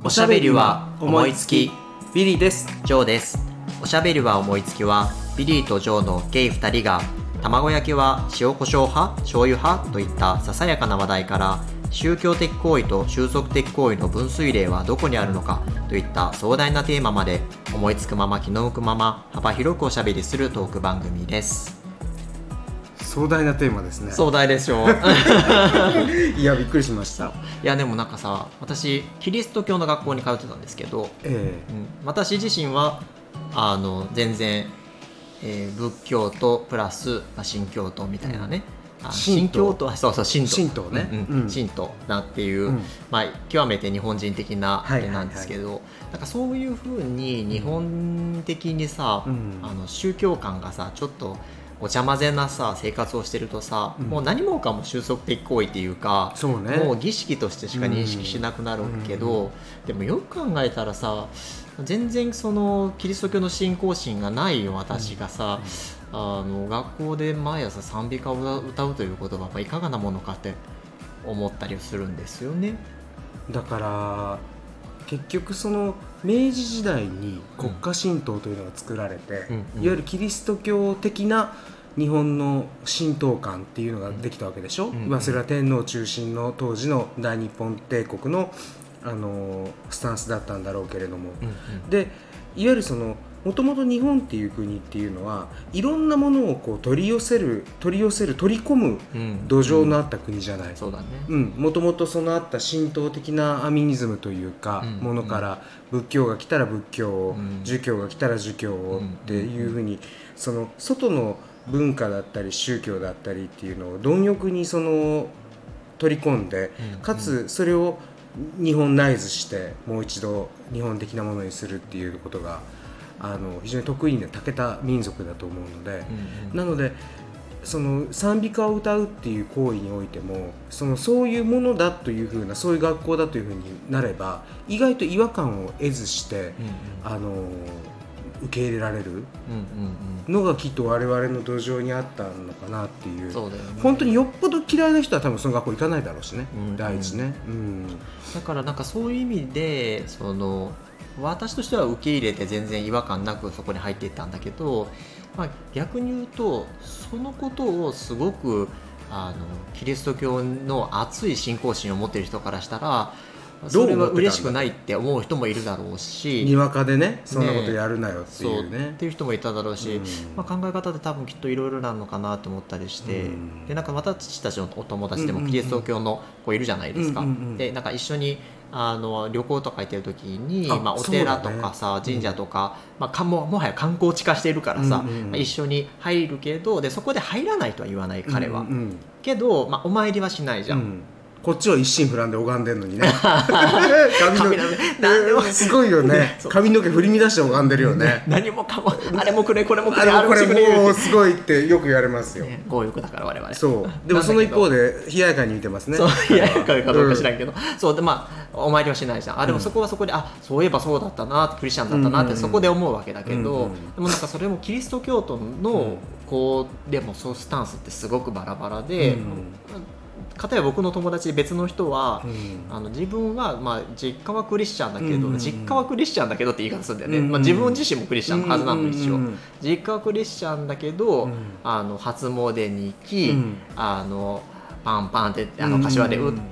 おしゃべりは思いつき。 ビリーです。 ジョーです。おしゃべりは思いつきはビリーとジョーのゲイ2人が卵焼きは塩コショウ派醤油派といったささやかな話題から宗教的行為と収束的行為の分水嶺はどこにあるのかといった壮大なテーマまで思いつくまま気の向くまま幅広くおしゃべりするトーク番組です。 壮大なテーマですね。 壮大でしょいやびっくりしました。 いやでもなんかさ、私キリスト教の学校に通ってたんですけど、私自身は全然、仏教とプラス、神教徒みたいなね、神教徒はそう神道ね、神道だっていう、極めて日本人的なあれなんですけど、なんかそういう風に日本的にさ、宗教観がさちょっとごちゃ混ぜなさ生活をしてるとさ、もう何もかも収束的行為っていうか、もう儀式としてしか認識しなくなるけど、でもよく考えたらさ、全然そのキリスト教の信仰心がないよ私がさ、学校で毎朝賛美歌を歌うということはいかがなものかって思ったりするんですよね。 だから結局その明治時代に国家神道というのが作られて、いわゆるキリスト教的な日本の神道観っていうのができたわけでしょ。それは天皇中心の当時の大日本帝国の、スタンスだったんだろうけれども、でいわゆるそのもともと日本っていう国っていうのはいろんなものをこう取り込む土壌のあった国じゃない。もともとそのあった神道的なアミニズムというか、ものから仏教が来たら仏教を、儒教が来たら儒教をっていうふうに、その外の文化だったり宗教だったりっていうのを貪欲にその取り込んで、かつそれを日本ナイズしてもう一度日本的なものにするっていうことが非常に得意な長けた民族だと思うので、なのでその賛美歌を歌うっていう行為においてもそういうものだというふうな、そういう学校だというふうになれば意外と違和感を得ずして、受け入れられるのがきっと我々の土壌にあったのかなっていう。 そうだよね。 本当によっぽど嫌いな人は多分その学校行かないだろうしね、第一ね、 だからなんかそういう意味で私としては受け入れて全然違和感なくそこに入っていったんだけど、逆に言うとそのことをすごくキリスト教の熱い信仰心を持っている人からしたらそれは嬉しくないって思う人もいるだろうし、 にわかでねそんなことやるなよっていうね、 っていう人もいただろうし、考え方で多分きっといろいろなのかなと思ったりして、でなんか私たちのお友達でもキリスト教の子いるじゃないですか。でなんか一緒に旅行とか行ってる時に、お寺とかさ、神社とか、もはや観光地化しているからさ、一緒に入るけど、でそこで入らないとは言わない彼は、けど、お参りはしないじゃん、 こっちは一心不乱で拝んでんのにね髪の毛すごいよね髪の毛振り乱して拝んでるよね何もかもあれもくれこれもくれあれもくれもうすごいってよく言われますよ、 強欲だから我々。 そうでもその一方で冷ややかに見てますね。 そう冷ややかかどうか知らんけど、そうでお参りはしないじゃん。でもそこはそこでそういえばそうだったな、クリスチャンだったなってそこで思うわけだけど、でもなんかそれもキリスト教徒のこうでもそうスタンスってすごくバラバラで、かたや僕の友達で別の人は、自分は、実家はクリスチャンだけど、実家はクリスチャンだけどって言い方するんだよね、自分自身もクリスチャンのはずなの一応、実家はクリスチャンだけど、初詣に行き、パンパンって柏で打って、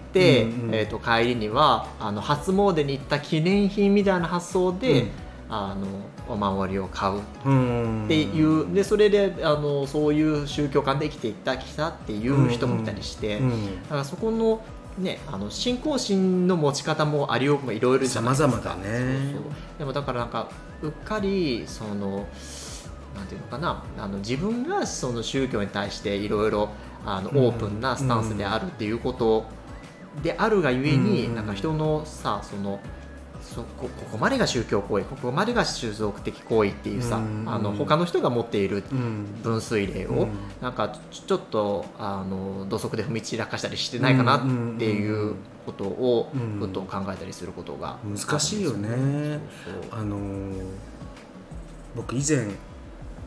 帰りには初詣に行った記念品みたいな発想で、お守りを買うっていう、でそれでそういう宗教観で生きてきたっていう人もいたりして、だからそこのね信仰心の持ち方もありようもいろいろじゃないですか。 様々だね。 でもだからなんかうっかりなんていうのかな、自分がその宗教に対していろいろオープンなスタンスであるっていうことであるがゆえに、なんか人のさここまでが宗教行為、ここまでが収束的行為っていうさ、他の人が持っている分水嶺を、なんかちょっと土足で踏み散らかしたりしてないかなっていうことをふと考えたりすることが難しいよね。僕以前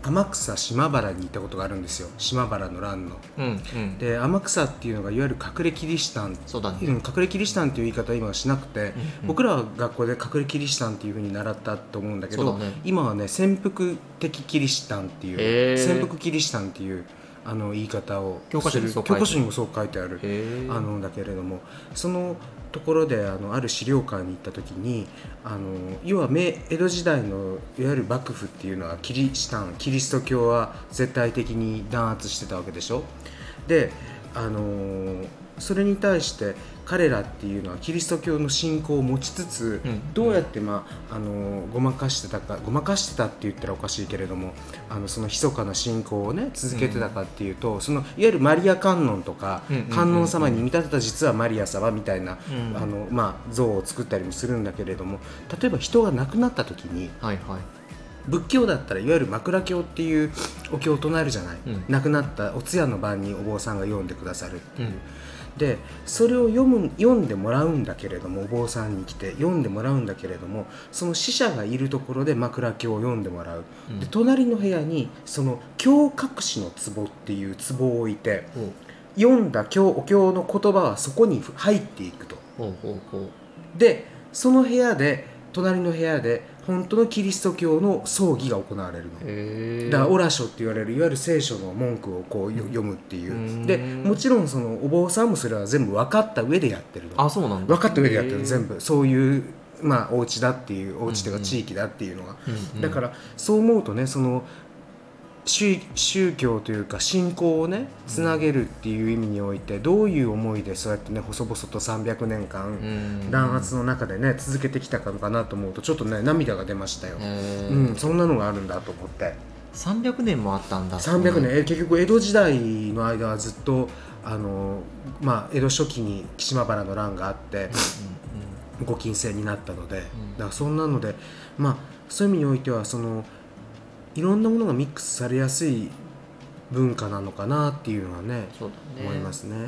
天草島原に行ったことがあるんですよ。島原の乱の、で天草っていうのがいわゆる隠れキリシタン、 そうだね、 隠れキリシタンっていう言い方は今はしなくて、僕らは学校で隠れキリシタンっていう風に習ったと思うんだけど、今はね潜伏的キリシタンっていう、潜伏キリシタンっていう言い方を教科書にもそう書いてあるだけれども、そのところである資料館に行った時に要は江戸時代のいわゆる幕府っていうのはキリスト教は絶対的に弾圧してたわけでしょ。でそれに対して彼らっていうのはキリスト教の信仰を持ちつつ、どうやってごまかしてたって言ったらおかしいけれどもその密かな信仰をね続けてたかっていうと、そのいわゆるマリア観音とか、観音様に見立てた実はマリア様みたいな、像を作ったりもするんだけれども、例えば人が亡くなった時に、仏教だったらいわゆる枕経っていうお経を唱えるじゃない、亡くなったお通夜の晩にお坊さんが読んでくださるっていう、でそれを読んでもらうんだけれども、お坊さんに来て読んでもらうんだけれども、その死者がいるところで枕経を読んでもらう、で隣の部屋にその経隠しの壺っていう壺を置いて、読んだお経の言葉はそこに入っていくと。でその部屋で隣の部屋で本当のキリスト教の葬儀が行われるの。だからオラ書って言われるいわゆる聖書の文句をこう読むっていう、でもちろんそのお坊さんもそれは全部分かった上でやってるの。 あ、そうなんだ。 分かった上でやってるの、全部そういうお家だっていう、お家というか地域だっていうのが、だからそう思うとね、その宗教というか信仰をねつなげるっていう意味においてどういう思いでそうやってね細々と300年間弾圧の中でね続けてきたのかなと思うとちょっとね涙が出ましたよ。そんなのがあるんだと思って。 300年もあったんだ。 300年、結局江戸時代の間はずっと江戸初期に島原の乱があってご禁制になったので、だからそんなのでそういう意味においてはそのいろんなものがミックスされやすい文化なのかなっていうのはね、思いますね。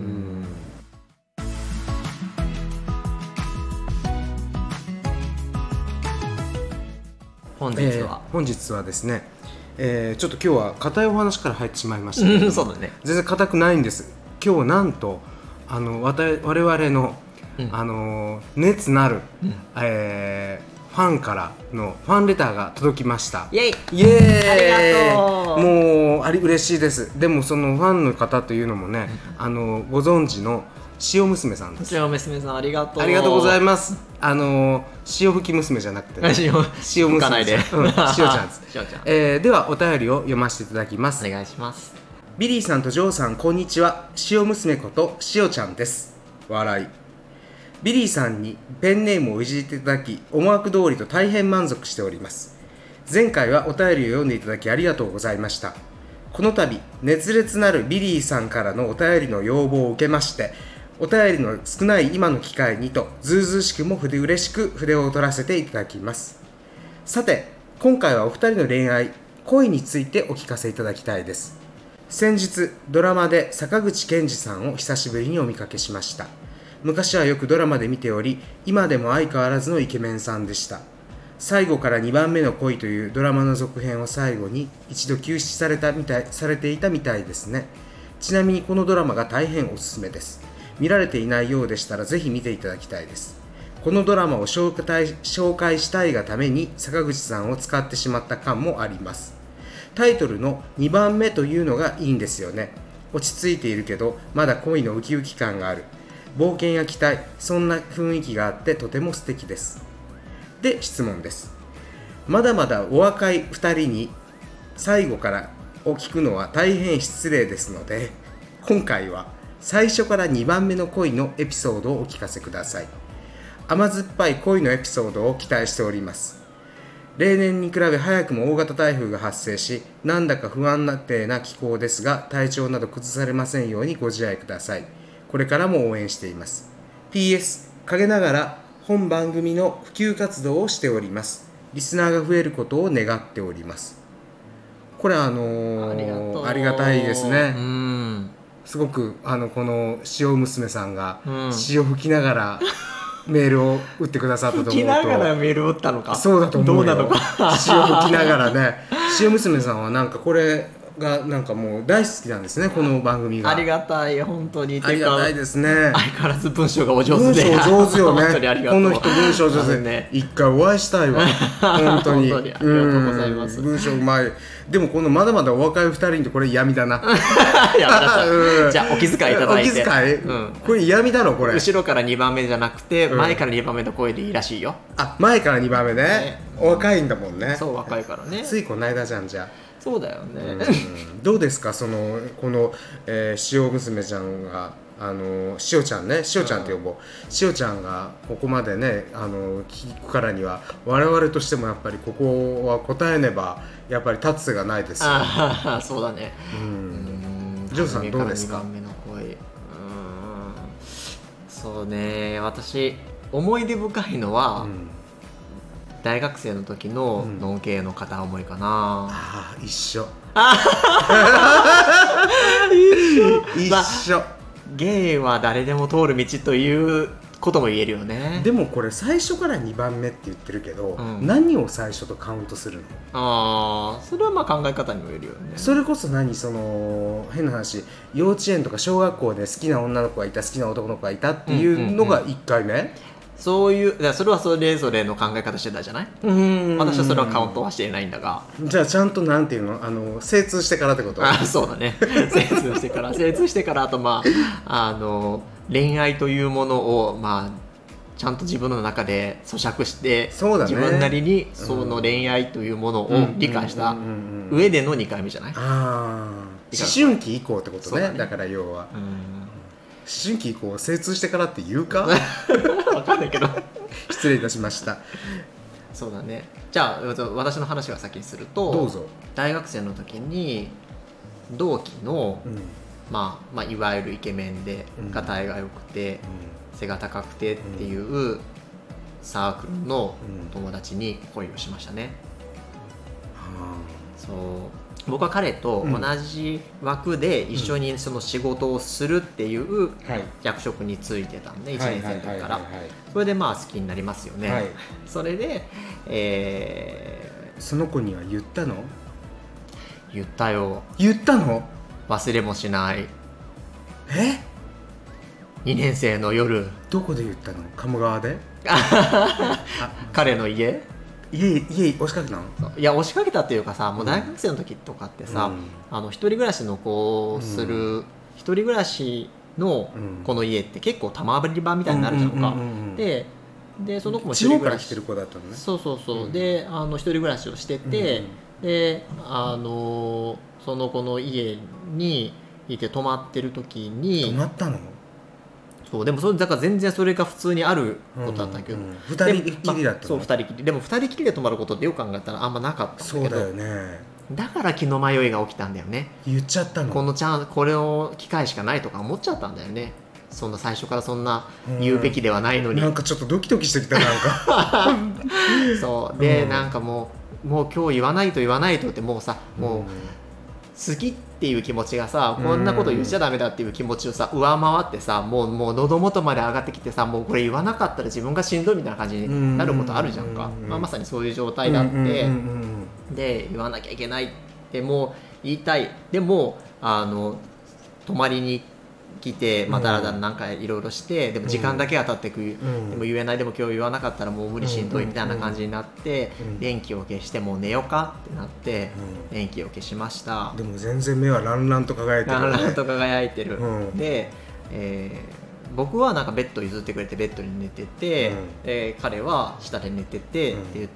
本日はですね、ちょっと今日は固いお話から入ってしまいましたけど、 そうだね、 全然固くないんです。今日なんと我々の、熱なる、ファンからのファンレターが届きました。 イエイありがとう。 もう嬉しいです。でもそのファンの方というのもね、ご存知の塩娘さんです。 塩娘さんありがとう。 ありがとうございます。塩吹き娘じゃなくて、ね、塩娘さん、塩ちゃんです。ではお便りを読ませていただきます。 お願いします。 ビリーさんとジョーさん、こんにちは。塩娘こと塩ちゃんです。笑い。ビリーさんにペンネームをいじっていただき、思惑通りと大変満足しております。前回はお便りを読んでいただきありがとうございました。この度、熱烈なるビリーさんからのお便りの要望を受けまして、お便りの少ない今の機会にと、ずうずうしくも嬉しく筆を取らせていただきます。さて、今回はお二人の恋愛、恋についてお聞かせいただきたいです。先日、ドラマで坂口健二さんを久しぶりにお見かけしました。昔はよくドラマで見ており、今でも相変わらずのイケメンさんでした。最後から2番目の恋というドラマの続編を最後に一度休止されていたみたいですね。ちなみにこのドラマが大変おすすめです。見られていないようでしたらぜひ見ていただきたいです。このドラマを紹介したいがために坂口さんを使ってしまった感もあります。タイトルの2番目というのがいいんですよね。落ち着いているけどまだ恋のウキウキ感がある。冒険や期待、そんな雰囲気があってとても素敵です。で、質問です。まだまだお若い2人に最後からを聞くのは大変失礼ですので、今回は最初から2番目の恋のエピソードをお聞かせください。甘酸っぱい恋のエピソードを期待しております。例年に比べ早くも大型台風が発生し、なんだか不安定な気候ですが、体調など崩されませんようにご自愛ください。これからも応援しています。 PS、 陰ながら本番組の普及活動をしております。リスナーが増えることを願っております。これありがたいですね。すごくこの塩娘さんが塩吹きながらメールを打ってくださったと思うと、 吹きながらメールを打ったのか、 そうだと思うよ。 どうなのか塩吹きながらね塩娘さんはなんかこれがなんかもう大好きなんですね、この番組が。 ありがたい、本当に。 ありがたいですね。 相変わらず文章がお上手で、 文章上手よね。 本当にありがとう。 この人文章上手で、一回お会いしたいわ。本当に。 本当にありがとうございます。 文章うまい。でもこのまだまだお若い2人にこれ嫌味だな。 いやじゃあお気遣いいただいて。 お気遣い、これ嫌味だろこれ。 後ろから2番目じゃなくて、前から2番目の声でいいらしいよ。 あ、前から2番目ね。お若いんだもんね。 そう、若いからね。 ついこの間じゃん、じゃあ。 そうだよね。 どうですか、そのこの、塩娘ちゃんが塩ちゃんね、塩ちゃんって呼ぼう、塩ちゃんがここまでね聞くからには我々としてもやっぱりここは答えねばやっぱり立つ瀬がないですよ。 ああ、そうだね。 ジョーさんどうですか。 2番目の声、そうね、私思い出深いのは、大学生の時のノン系の片思いかな。 ああ、一緒一緒、ゲイは誰でも通る道ということも言えるよね。 でもこれ最初から2番目って言ってるけど、何を最初とカウントするの。 ああ、それはまあ考え方にもよるよね。 それこそその変な話、幼稚園とか小学校で好きな女の子がいた、好きな男の子がいたっていうのが1回目、 そういう、だからそれはそれぞれの考え方してたじゃない。私はそれはカウントはしていないんだが。 じゃあちゃんとなんていうの、精通してからってこと。 そうだね。精通してから、あとまあ恋愛というものをまあちゃんと自分の中で咀嚼して、 そうだね、 自分なりにその恋愛というものを理解した上での2回目じゃない。 ああ、思春期以降ってことね。だから要は思春期以降精通してからって言うか分かんないけど失礼いたしました。 そうだね。じゃあ私の話は先にすると、 どうぞ。 大学生の時に同期の、まあいわゆるイケメンで、がたいが良くて、背が高くてっていうサークルの友達に恋をしましたね。そう、僕は彼と同じ枠で一緒にその仕事をするっていう役職に就いてたんで、1年生の時から。それでまあ好きになりますよね。それで、 その子には言ったの？ 言ったよ。 言ったの？ 忘れもしない。2年生の夜。 どこで言ったの？鴨川で？ 彼の家押しかけたの？ いや、押しかけたっていうかさ、もう大学生の時とかってさ、一人暮らしの子をする、一人暮らしの子の家って結構たまり場みたいになるじゃんか。でその子も一人暮らししてる子だったのね。そうで一人暮らしをしてて、でその子の家にいて泊まってる時に。 泊まったの？ そう、でもそれだから全然それが普通にあることだったけど、 2人きりだったの？ そう、2人きり。でも2人きりで泊まることってよく考えたらあんまなかったんだけど。 そうだよね。 だから気の迷いが起きたんだよね。 言っちゃったの？ これの機会しかないとか思っちゃったんだよね。そんな最初からそんな言うべきではないのに。 なんかちょっとドキドキしてきた、なんかそうで、なんかもう今日言わないとってもうさ、もう好きっていう気持ちがさ、こんなこと言っちゃダメだっていう気持ちをさ上回ってさ、もう喉元まで上がってきてさ、もうこれ言わなかったら自分がしんどいみたいな感じになることあるじゃんか。まさにそういう状態だって、で言わなきゃいけないってもう言いたい。でも泊まりに来て、だらだらなんかいろいろして、でも時間だけが経ってく、でも言えない、でも今日言わなかったらもう無理、しんどいみたいな感じになって、電気を消してもう寝ようかってなって、電気を消しました。 でも全然目はランランと輝いてる、ね、 ランランと輝いてる、で、僕はなんかベッド譲ってくれてベッドに寝てて、彼は下で寝てて、って言って、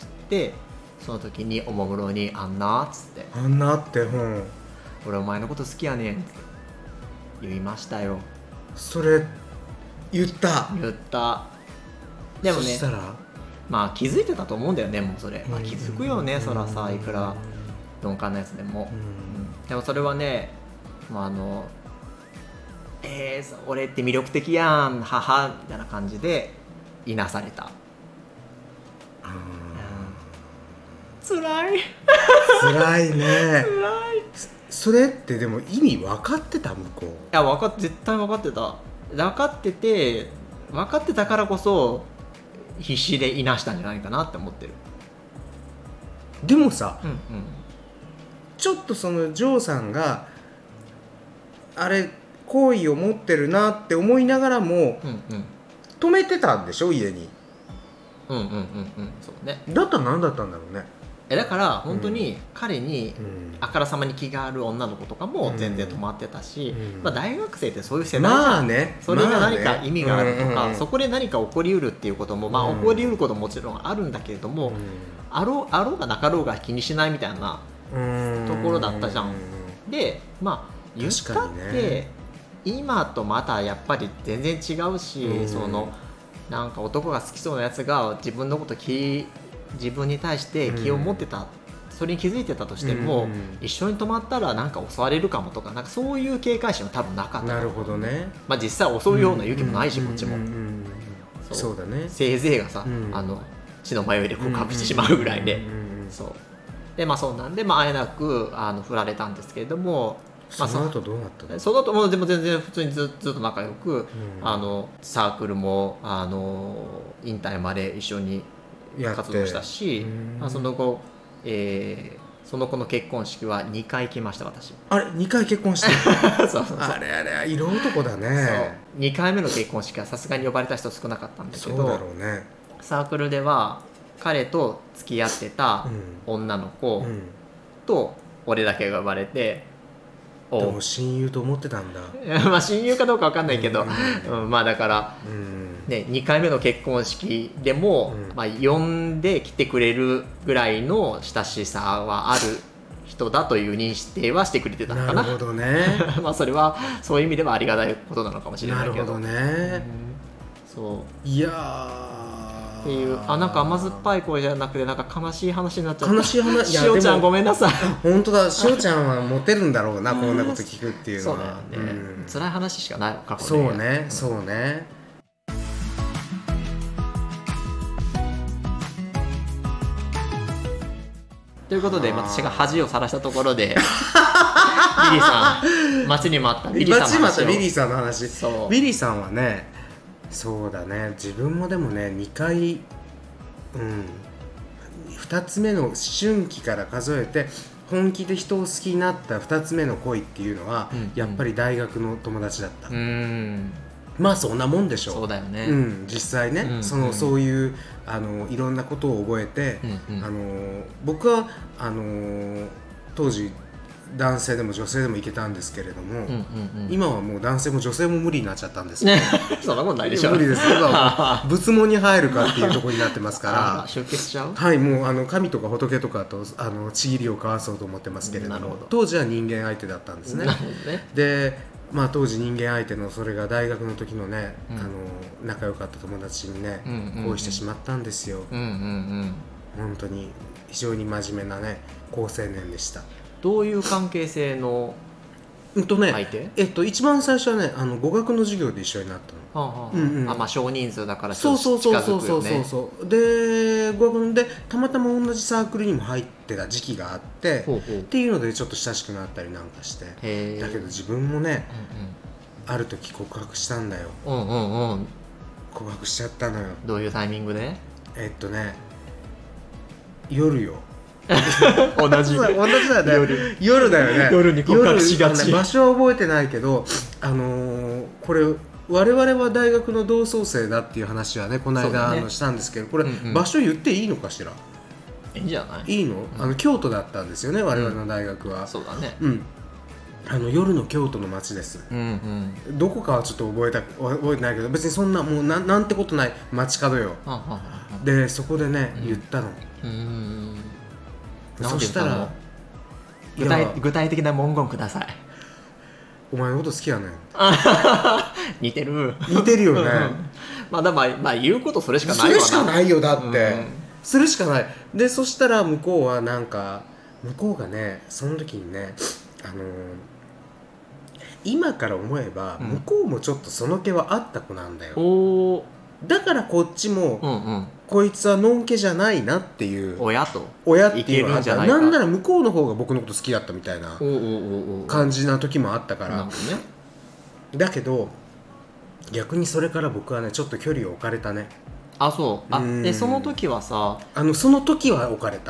その時におもむろにあんなっつって、 あんなって、 俺お前のこと好きやねんって言いましたよ。 それ言った。 でもね、 そしたらまあ気づいてたと思うんだよね。もうそれ、気づくよね、そらさ、いくら鈍感なやつでも、でもそれはね、俺って魅力的やん母みたいな感じでいなされた。つらいね。それってでも意味分かってた？向こう。いや、絶対分かってた。分かってたからこそ必死でいなしたんじゃないかなって思ってる。 でもさ、 ちょっとそのジョーさんがあれ好意を持ってるなって思いながらも、 うんうん、 止めてたんでしょ家に。 うんうんうんうん、そうね。 だったら何だったんだろうね。 だから本当に彼に、あからさまに気がある女の子とかも全然止まってたし、まあ、大学生ってそういう世代じゃん、 まあね、 それが何か意味があるとか、 ね、 そこで何か起こりうるっていうことも、まあ、起こりうることももちろんあるんだけれども、あろうがなかろうが気にしないみたいなところだったじゃん。でまあ言ったって、今とまたやっぱり全然違うし、そのなんか男が好きそうなやつが自分のこと自分に対して気を持ってた、それに気づいてたとしても、一緒に泊まったらなんか襲われるかもとか、なんかそういう警戒心は多分なかった。 なるほどね。 まあ、実際襲うような勇気もないし、こっちも、 そうだね。 せいぜいがさ、血の迷いで告白してしまうぐらいで、そうで、まあそうなんで、まあ、あえなく振られたんですけれども、 その後どうなったの？ その後もでも全然普通にずっと仲良く、サークルも引退まで一緒に活動したし、その後、その子の結婚式は2回来ました。私あれ2回結婚してそうあれ色男だね。 そう2回目の結婚式はさすがに呼ばれた人少なかったんだけど、 そうだろうね。 サークルでは彼と付き合ってた女の子と俺だけが呼ばれて、 でも親友と思ってたんだまあ親友かどうか分かんないけど、まあだから、ね、2回目の結婚式でも、まあ、呼んで来てくれるぐらいの親しさはある人だという認識はしてくれてたのかな。 なるほどねまあそれはそういう意味ではありがたいことなのかもしれないけど。 なるほどね、 そういやっていうなんか甘酸っぱい声じゃなくてなんか悲しい話になっちゃった。 悲しい話。 しおちゃんごめんなさい。 本当だ、しおちゃんはモテるんだろうなこんなこと聞くっていうのは。 そうだよね、辛い話しかない過去で。 そうねそうね。 ということで私が恥をさらしたところでビリーさん、待ちに待ったビリーさんの話を。 ビリーさんの話。ビリーさんはね、そうだね、自分もでもね2回、2つ目の思春期から数えて本気で人を好きになった2つ目の恋っていうのは、やっぱり大学の友達だった。まあそんなもんでしょう。 そうだよね、 実際ね、そういういろんなことを覚えて、僕は当時男性でも女性でもいけたんですけれども、今はもう男性も女性も無理になっちゃったんですよ、 そんなことないでしょ。 無理です。今はもう仏門に入るかっていうところになってますから出血しちゃう。 はい、もう神とか仏とかとちぎりを交わそうと思ってますけれども、当時は人間相手だったんですね。でまあ、当時人間相手のそれが大学の時のね、仲良かった友達にね、恋してしまったんですよ。本当に非常に真面目なね好青年でした。 どういう関係性の相手？ 一番最初はね語学の授業で一緒になったの。 まあ少人数だからちょっと近づくよね。 そうで語学でたまたま同じサークルにも入ってた時期があってっていうのでちょっと親しくなったりなんかして、だけど自分もね、ある時告白したんだよ。告白しちゃったのよ。 どういうタイミングで？ 夜よ。 同じだよね。夜だよね。 夜に告白しがち。 場所は覚えてないけど、これ我々は大学の同窓生だっていう話はねこの間したんですけど、これ場所言っていいのかしら？ いいんじゃない？ いいの？京都だったんですよね、我々の大学は。 そうだね。 夜の京都の街です。どこかはちょっと覚えてないけど、別にそんなもうなんてことない街角よ。でそこでね言ったの。そしたら具体的な文言ください。 お前のこと好きやねん。 似てるよね。 まあ言うことそれしかないわな。 それしかないよ、だって、それしかない。でそしたら向こうはなんか向こうがねその時にね今から思えば向こうもちょっとその気はあった子なんだよ。だからこっちも、こいつはのんけじゃないなっていう親っていうのがあった。なんなら向こうの方が僕のこと好きだったみたいな感じな時もあったから。だけど逆にそれから僕はねちょっと距離を置かれたね。 そう。その時はさその時は置かれた。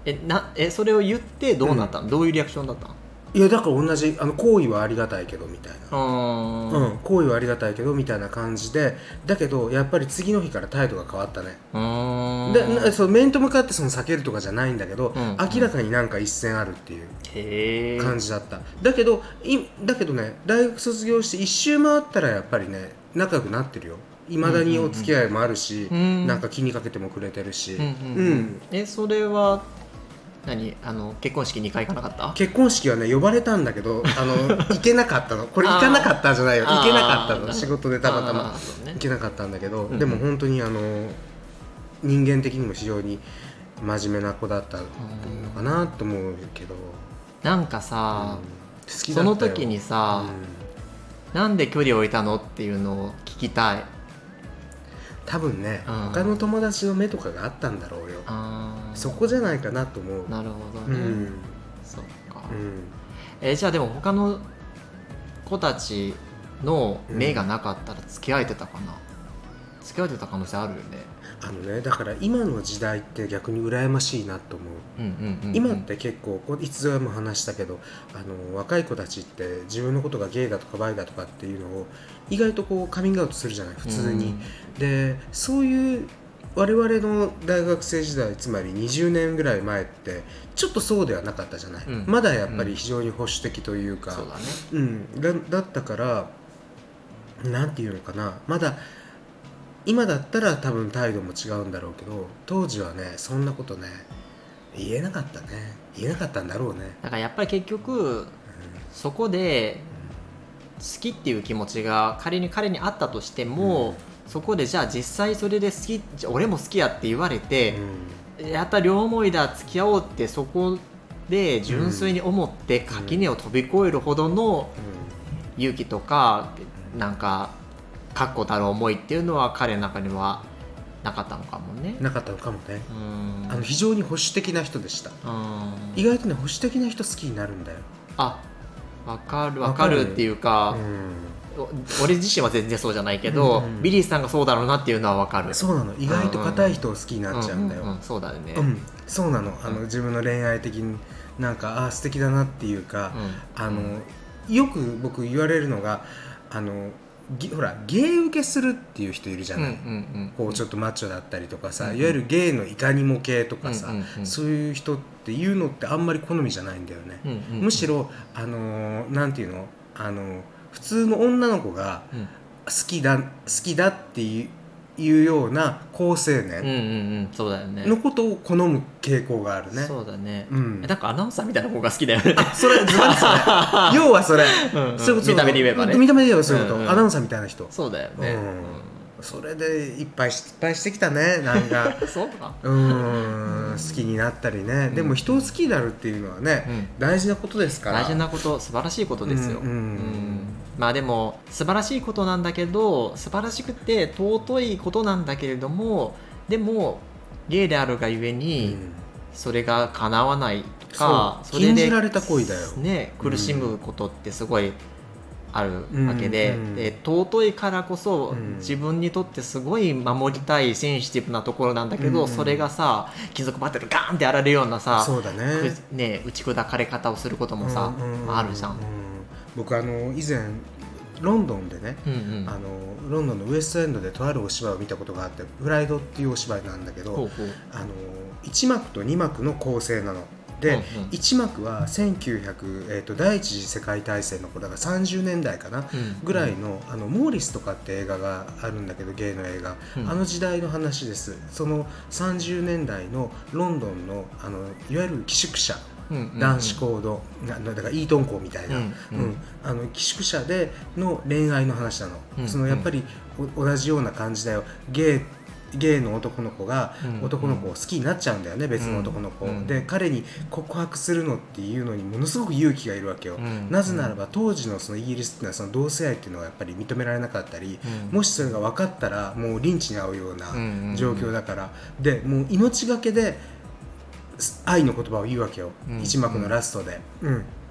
それを言ってどうなったの、どういうリアクションだったの？ いやだから同じ行為はありがたいけどみたいな、行為はありがたいけどみたいな感じで、だけどやっぱり次の日から態度が変わったね。でその面と向かってその避けるとかじゃないんだけど、明らかになんか一線あるっていう感じだった。だけどね、大学卒業して一周回ったらやっぱりね仲良くなってるよ。いまだにお付き合いもあるし、なんか気にかけてもくれてるし。 それは結婚式2回行かなかった？ 結婚式はね呼ばれたんだけど行けなかったの。これ行かなかったんじゃないよ、行けなかったの。仕事でたまたま行けなかったんだけど、でも本当に人間的にも非常に真面目な子だったのかなと思うけど、 なんかさ、その時にさ、なんで距離を置いたのっていうのを聞きたい。 多分ね、他の友達の目とかがあったんだろうよ。そこじゃないかなと思う。 なるほどね、そっか、じゃあでも他の子たちの目がなかったら付き合えてたかな、付き合えてた可能性あるよね。 だから今の時代って逆に羨ましいなと思う。今って結構いつぞやも話したけど若い子たちって自分のことがゲイだとかバイだとかっていうのを意外とこうカミングアウトするじゃない、普通に。でそういう我々の大学生時代、つまり20年ぐらい前ってちょっとそうではなかったじゃない、まだやっぱり非常に保守的というか、 そうだね、 だったからなんていうのかな、まだ今だったら多分態度も違うんだろうけど、当時はねそんなことね言えなかったね。言えなかったんだろうね。 だからやっぱり結局、そこで好きっていう気持ちが仮に彼にあったとしても、そこでじゃあ実際それで好き、俺も好きやって言われて、やった両思いだ付き合おうってそこで純粋に思って垣根を飛び越えるほどの勇気とかなんか確固たる思いっていうのは彼の中にはなかったのかもね。 なかったのかもね。非常に保守的な人でした。意外とね保守的な人好きになるんだよ。 分かるっていうか、俺自身は全然そうじゃないけど、ビリーさんがそうだろうなっていうのは分かる。 そうなの、意外と硬い人を好きになっちゃうんだよ。 そうだよね、 そうなの。自分の恋愛的になんか素敵だなっていうか、よく僕言われるのがほらゲイ受けするっていう人いるじゃない、こうちょっとマッチョだったりとかさ、いわゆるゲイのいかにも系とかさ、そういう人っていうのってあんまり好みじゃないんだよね。むしろなんていうの、普通の女の子が好きだっていうような高青年のことを好む傾向があるね。 そうだね、なんかアナウンサーみたいな子が好きだよね。 それズバリそれ要はそれ見た目で言えばね、 見た目で言えばそういうこと、アナウンサーみたいな人。 そうだよね、 それでいっぱい失敗してきたね。なんかそうか好きになったりね。でも人を好きになるっていうのはね、大事なことですから。 大事なこと、素晴らしいことですよ。まあでも素晴らしいことなんだけど、素晴らしくて尊いことなんだけれども、でもゲイであるがゆえにそれが叶わないとか、 それで禁じられた恋だよね、苦しむことってすごいあるわけで、尊いからこそ自分にとってすごい守りたいセンシティブなところなんだけど、それがさ貴族バトルガーンってやられるようなさ、 そうだね、 打ち砕かれ方をすることもさ、あるじゃん。 僕以前ロンドンでね、ロンドンのウエストエンドでとあるお芝居を見たことがあって、プライドっていうお芝居なんだけど、1幕と2幕の構成なので、1幕は第一次世界大戦の頃だから30年代かな、ぐらいのモーリスとかって映画があるんだけど、ゲイの映画、時代の話です。その30年代のロンドンのいわゆる寄宿舎、男子校のだからイートン校みたいな、寄宿舎での恋愛の話なの。そのやっぱり同じような感じだよ。ゲイの男の子が男の子を好きになっちゃうんだよね、別の男の子、で彼に告白するのっていうのにものすごく勇気がいるわけよ。なぜならば当時のそのイギリスっていうのはその同性愛っていうのはやっぱり認められなかったり、もしそれが分かったらもうリンチに遭うような状況だから、でもう命がけで愛の言葉を言うわけよ、1幕のラストで。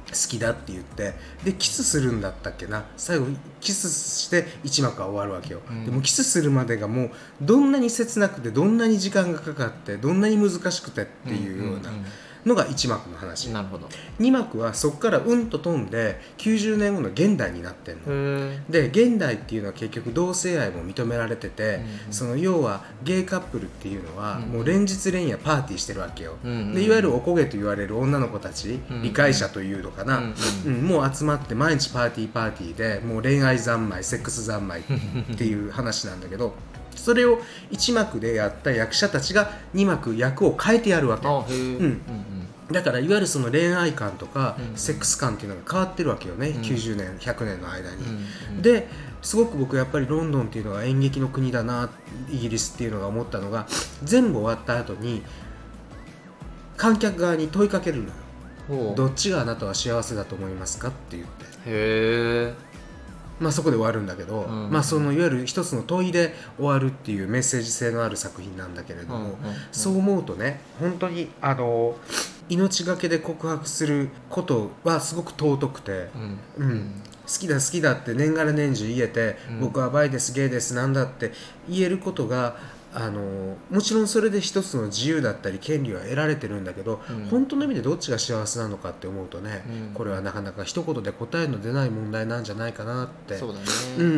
きだって言ってでキスするんだったっけな、最後キスして1幕は終わるわけよ、でもキスするまでがもうどんなに切なくてどんなに時間がかかってどんなに難しくてっていうようなのが1幕の話。 なるほど。 2幕はそこからうんと飛んで90年後の現代になってんので、現代っていうのは結局同性愛も認められてて、その要はゲイカップルっていうのはもう連日連夜パーティーしてるわけよ、でいわゆるおこげと言われる女の子たち、理解者というのかな、もう集まって毎日パーティーでもう恋愛三昧セックス三昧っていう話なんだけどそれを1幕でやった役者たちが2幕役を変えてやるわけ。だからいわゆるその恋愛観とかセックス観っていうのが変わってるわけよね、90年100年の間に、ですごく僕やっぱりロンドンっていうのは演劇の国だな、イギリスっていうのが思ったのが全部終わった後に観客側に問いかけるのよ。どっちがあなたは幸せだと思いますかって言って、 へー、 そこで終わるんだけど、そのいわゆる一つの問いで終わるっていうメッセージ性のある作品なんだけれども、そう思うとね本当に命がけで告白することはすごく尊くて、好きだって年がら年中言えて、僕はバイですゲイですなんだって言えることがもちろんそれで一つの自由だったり権利は得られてるんだけど、本当の意味でどっちが幸せなのかって思うとね、これはなかなか一言で答えの出ない問題なんじゃないかなって。 そうだね、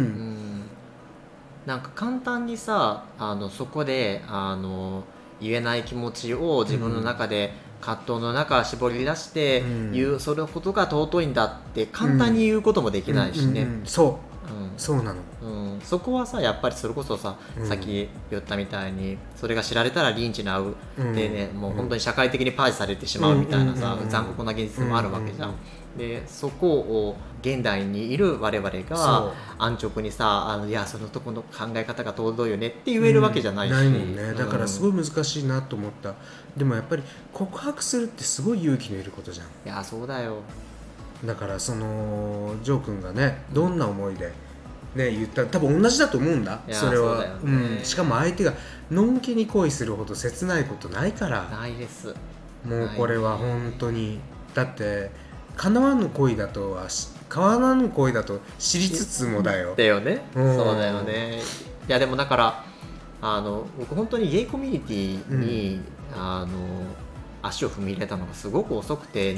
なんか簡単にさそこで言えない気持ちを自分の中で、葛藤の中絞り出して言う、それことが尊いんだって簡単に言うこともできないしね。 そうなの、 そこはさやっぱりそれこそさ、さっき言ったみたいにそれが知られたらリンチに遭う、でねもう本当に社会的にパージされてしまうみたいなさ、残酷な現実もあるわけじゃん。でそこを現代にいる我々が安直にさいやそのとこの考え方が尊いよねって言えるわけじゃないし、 ないもんね。だからすごい難しいなと思った。でもやっぱり告白するってすごい勇気のいることじゃん。いやそうだよ。 だからそのジョー君がねどんな思いで、言ったら多分同じだと思うんだ。それはそうだよね、しかも相手がのんきに恋するほど切ないことないから。 ないです。 もうこれは本当にだって叶わぬ恋だと知りつつもだよ。 だよね、そうだよね。いやでもだから僕本当にゲイコミュニティに、足を踏み入れたのがすごく遅くて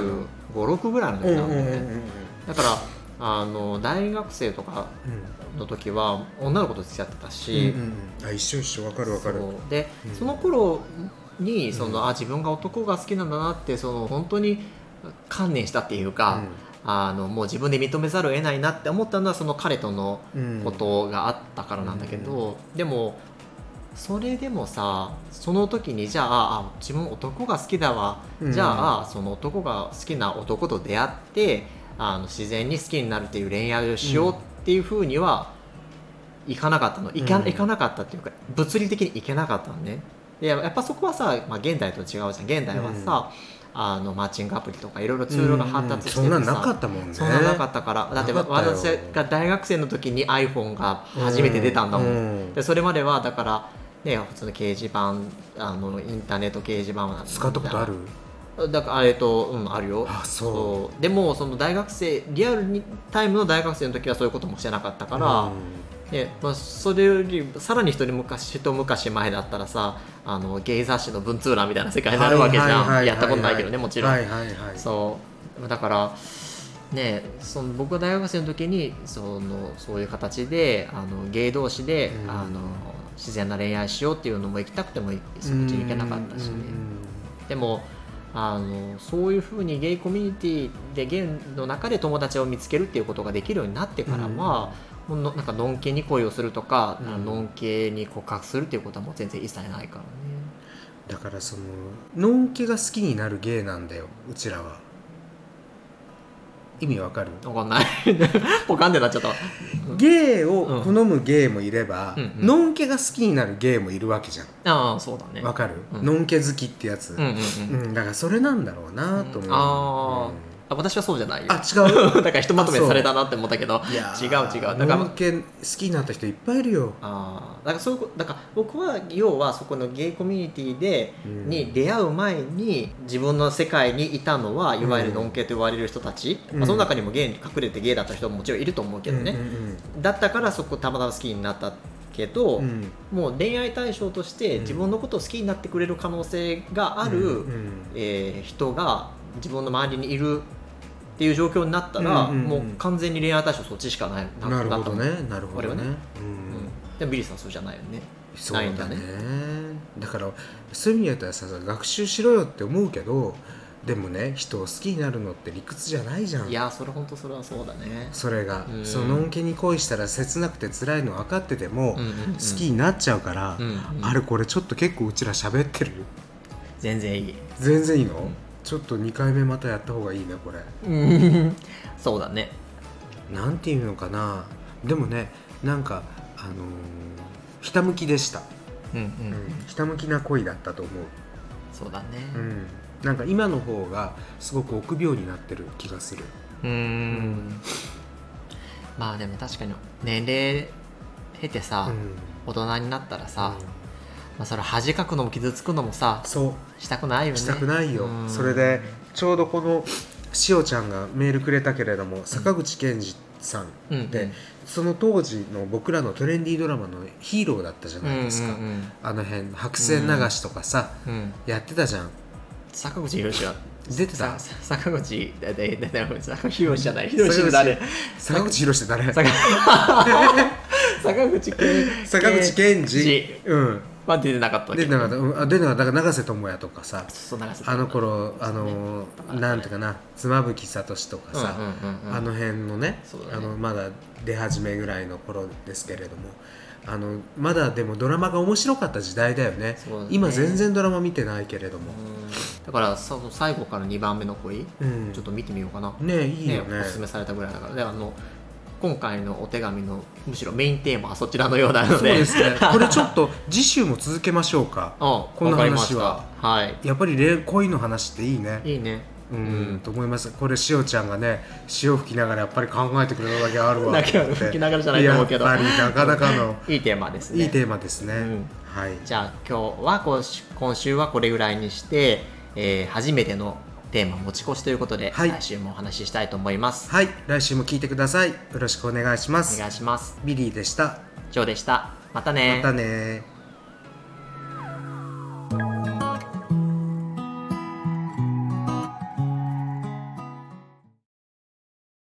25、6ぐらいの時なんで、だから大学生とかの時は女の子と付き合ってたし、 一緒わかるで、その頃に自分が男が好きなんだなって本当に観念したっていうか、もう自分で認めざるを得ないなって思ったのはその彼とのことがあったからなんだけど、でもそれでもさその時にじゃあ自分男が好きだわ、じゃあその男が好きな男と出会って自然に好きになるっていう恋愛をしようっていうふうにはいかなかったの。いかなかったっていうか物理的にいけなかったのね。でやっぱそこはさ、現代と違うじゃん。現代はさ、マッチングアプリとかいろいろツールが発達しててさ、 そんななかったもんね。 そんななかったから、だって私が大学生の時に iPhone が初めて出たんだもん、でそれまではだからね普通の掲示板インターネット掲示板は使ったことある？ だからあるよ。そうでもその大学生リアルにタイムの大学生の時はそういうこともしてなかったから、それよりさらに一昔前だったらさゲイ雑誌の文通欄みたいな世界になるわけじゃん。やったことないけどねもちろん。そうだからね僕が大学生の時にそういう形でゲイ同士で自然な恋愛しようっていうのも行きたくてもそっちに行けなかったしね。でもそういうふうにゲイコミュニティでゲイの中で友達を見つけるっていうことができるようになってからは、もうなんかのんけに恋をするとか、のんけに告白するっていうことはもう全然一切ないからね。 だからのんけが好きになるゲイなんだようちらは。意味わかる？ わかんないポカンってなっちゃった。 ゲイを好むゲイもいれば、のんけが好きになるゲイもいるわけじゃん。 ああそうだね。 わかる？のんけ好きってやつ、だからそれなんだろうなと思う。 私はそうじゃないよ。 あ、違うだからひとまとめされたなって思ったけど、違うだからノンケ好きになった人いっぱいいるよ。 だからだから僕は要はそこのゲイコミュニティで、に出会う前に自分の世界にいたのは、いわゆるノンケと言われる人たち、その中にもゲイに隠れてゲイだった人ももちろんいると思うけどね、だったからそこたまたま好きになったけど、もう恋愛対象として自分のことを好きになってくれる可能性がある、人が自分の周りにいるっていう状況になったら、もう完全に恋愛対象そっちしかない。 なるほどね、なるほどね。 でもビリーさんそうじゃないよね。 そうだね。だからそういう意味で言ったらさ、学習しろよって思うけど、でもね、人を好きになるのって理屈じゃないじゃん。 いや、それ本当それはそうだね。 それが、そののんけに恋したら切なくて辛いの分かってても、好きになっちゃうから、あれこれちょっと結構うちら喋ってる。 全然いい。 全然いいの？ちょっと2回目またやった方がいいねこれ。 そうだね。 なんていうのかな。でもね、なんかひたむきでした。ひたむきな恋だったと思う。 そうだね。 なんか今の方がすごく臆病になってる気がする。 まあでも確かに年齢経てさ、大人になったらさ、それ恥かくのも傷つくのもさ、したくないよね。 したくないよ。それでちょうどこのしおちゃんがメールくれたけれども、坂口健二さんで、その当時の僕らのトレンディードラマのヒーローだったじゃないですか。あの辺白線流しとかさ、やってたじゃん。 坂口宏は出てた。 坂口坂口宏じゃない。宏って誰？ 坂口宏って誰？ 坂口健二。 は出てなかった。 出てなかった。出てなかった。だから永瀬智也とかさ、あの頃なんていうかな、妻夫木聡とかさ、あの辺のね、まだ出始めぐらいの頃ですけれども、まだでもドラマが面白かった時代だよね。今全然ドラマ見てないけれども。 だから最後から2番目の恋、ちょっと見てみようかな。 ね、いいよね。 おすすめされたぐらいだから。で今回のお手紙のむしろメインテーマはそちらのようなので、 そうですね。これちょっと次週も続けましょうか。この話は、やっぱり恋の話っていいね。 いいね。 と思います。これしおちゃんがね、潮吹きながらやっぱり考えてくれただけあるわ。 吹きながらじゃないと思うけど、 やっぱりなかなかのいいテーマですね。 いいテーマですね。はい。 じゃあ今週はこれぐらいにして、初めてのテーマ持ち越しということで、来週もお話ししたいと思います。 はい、来週も聞いてください。よろしくお願いします。 お願いします。 ビリーでした。 ジョーでした。またね。 またね。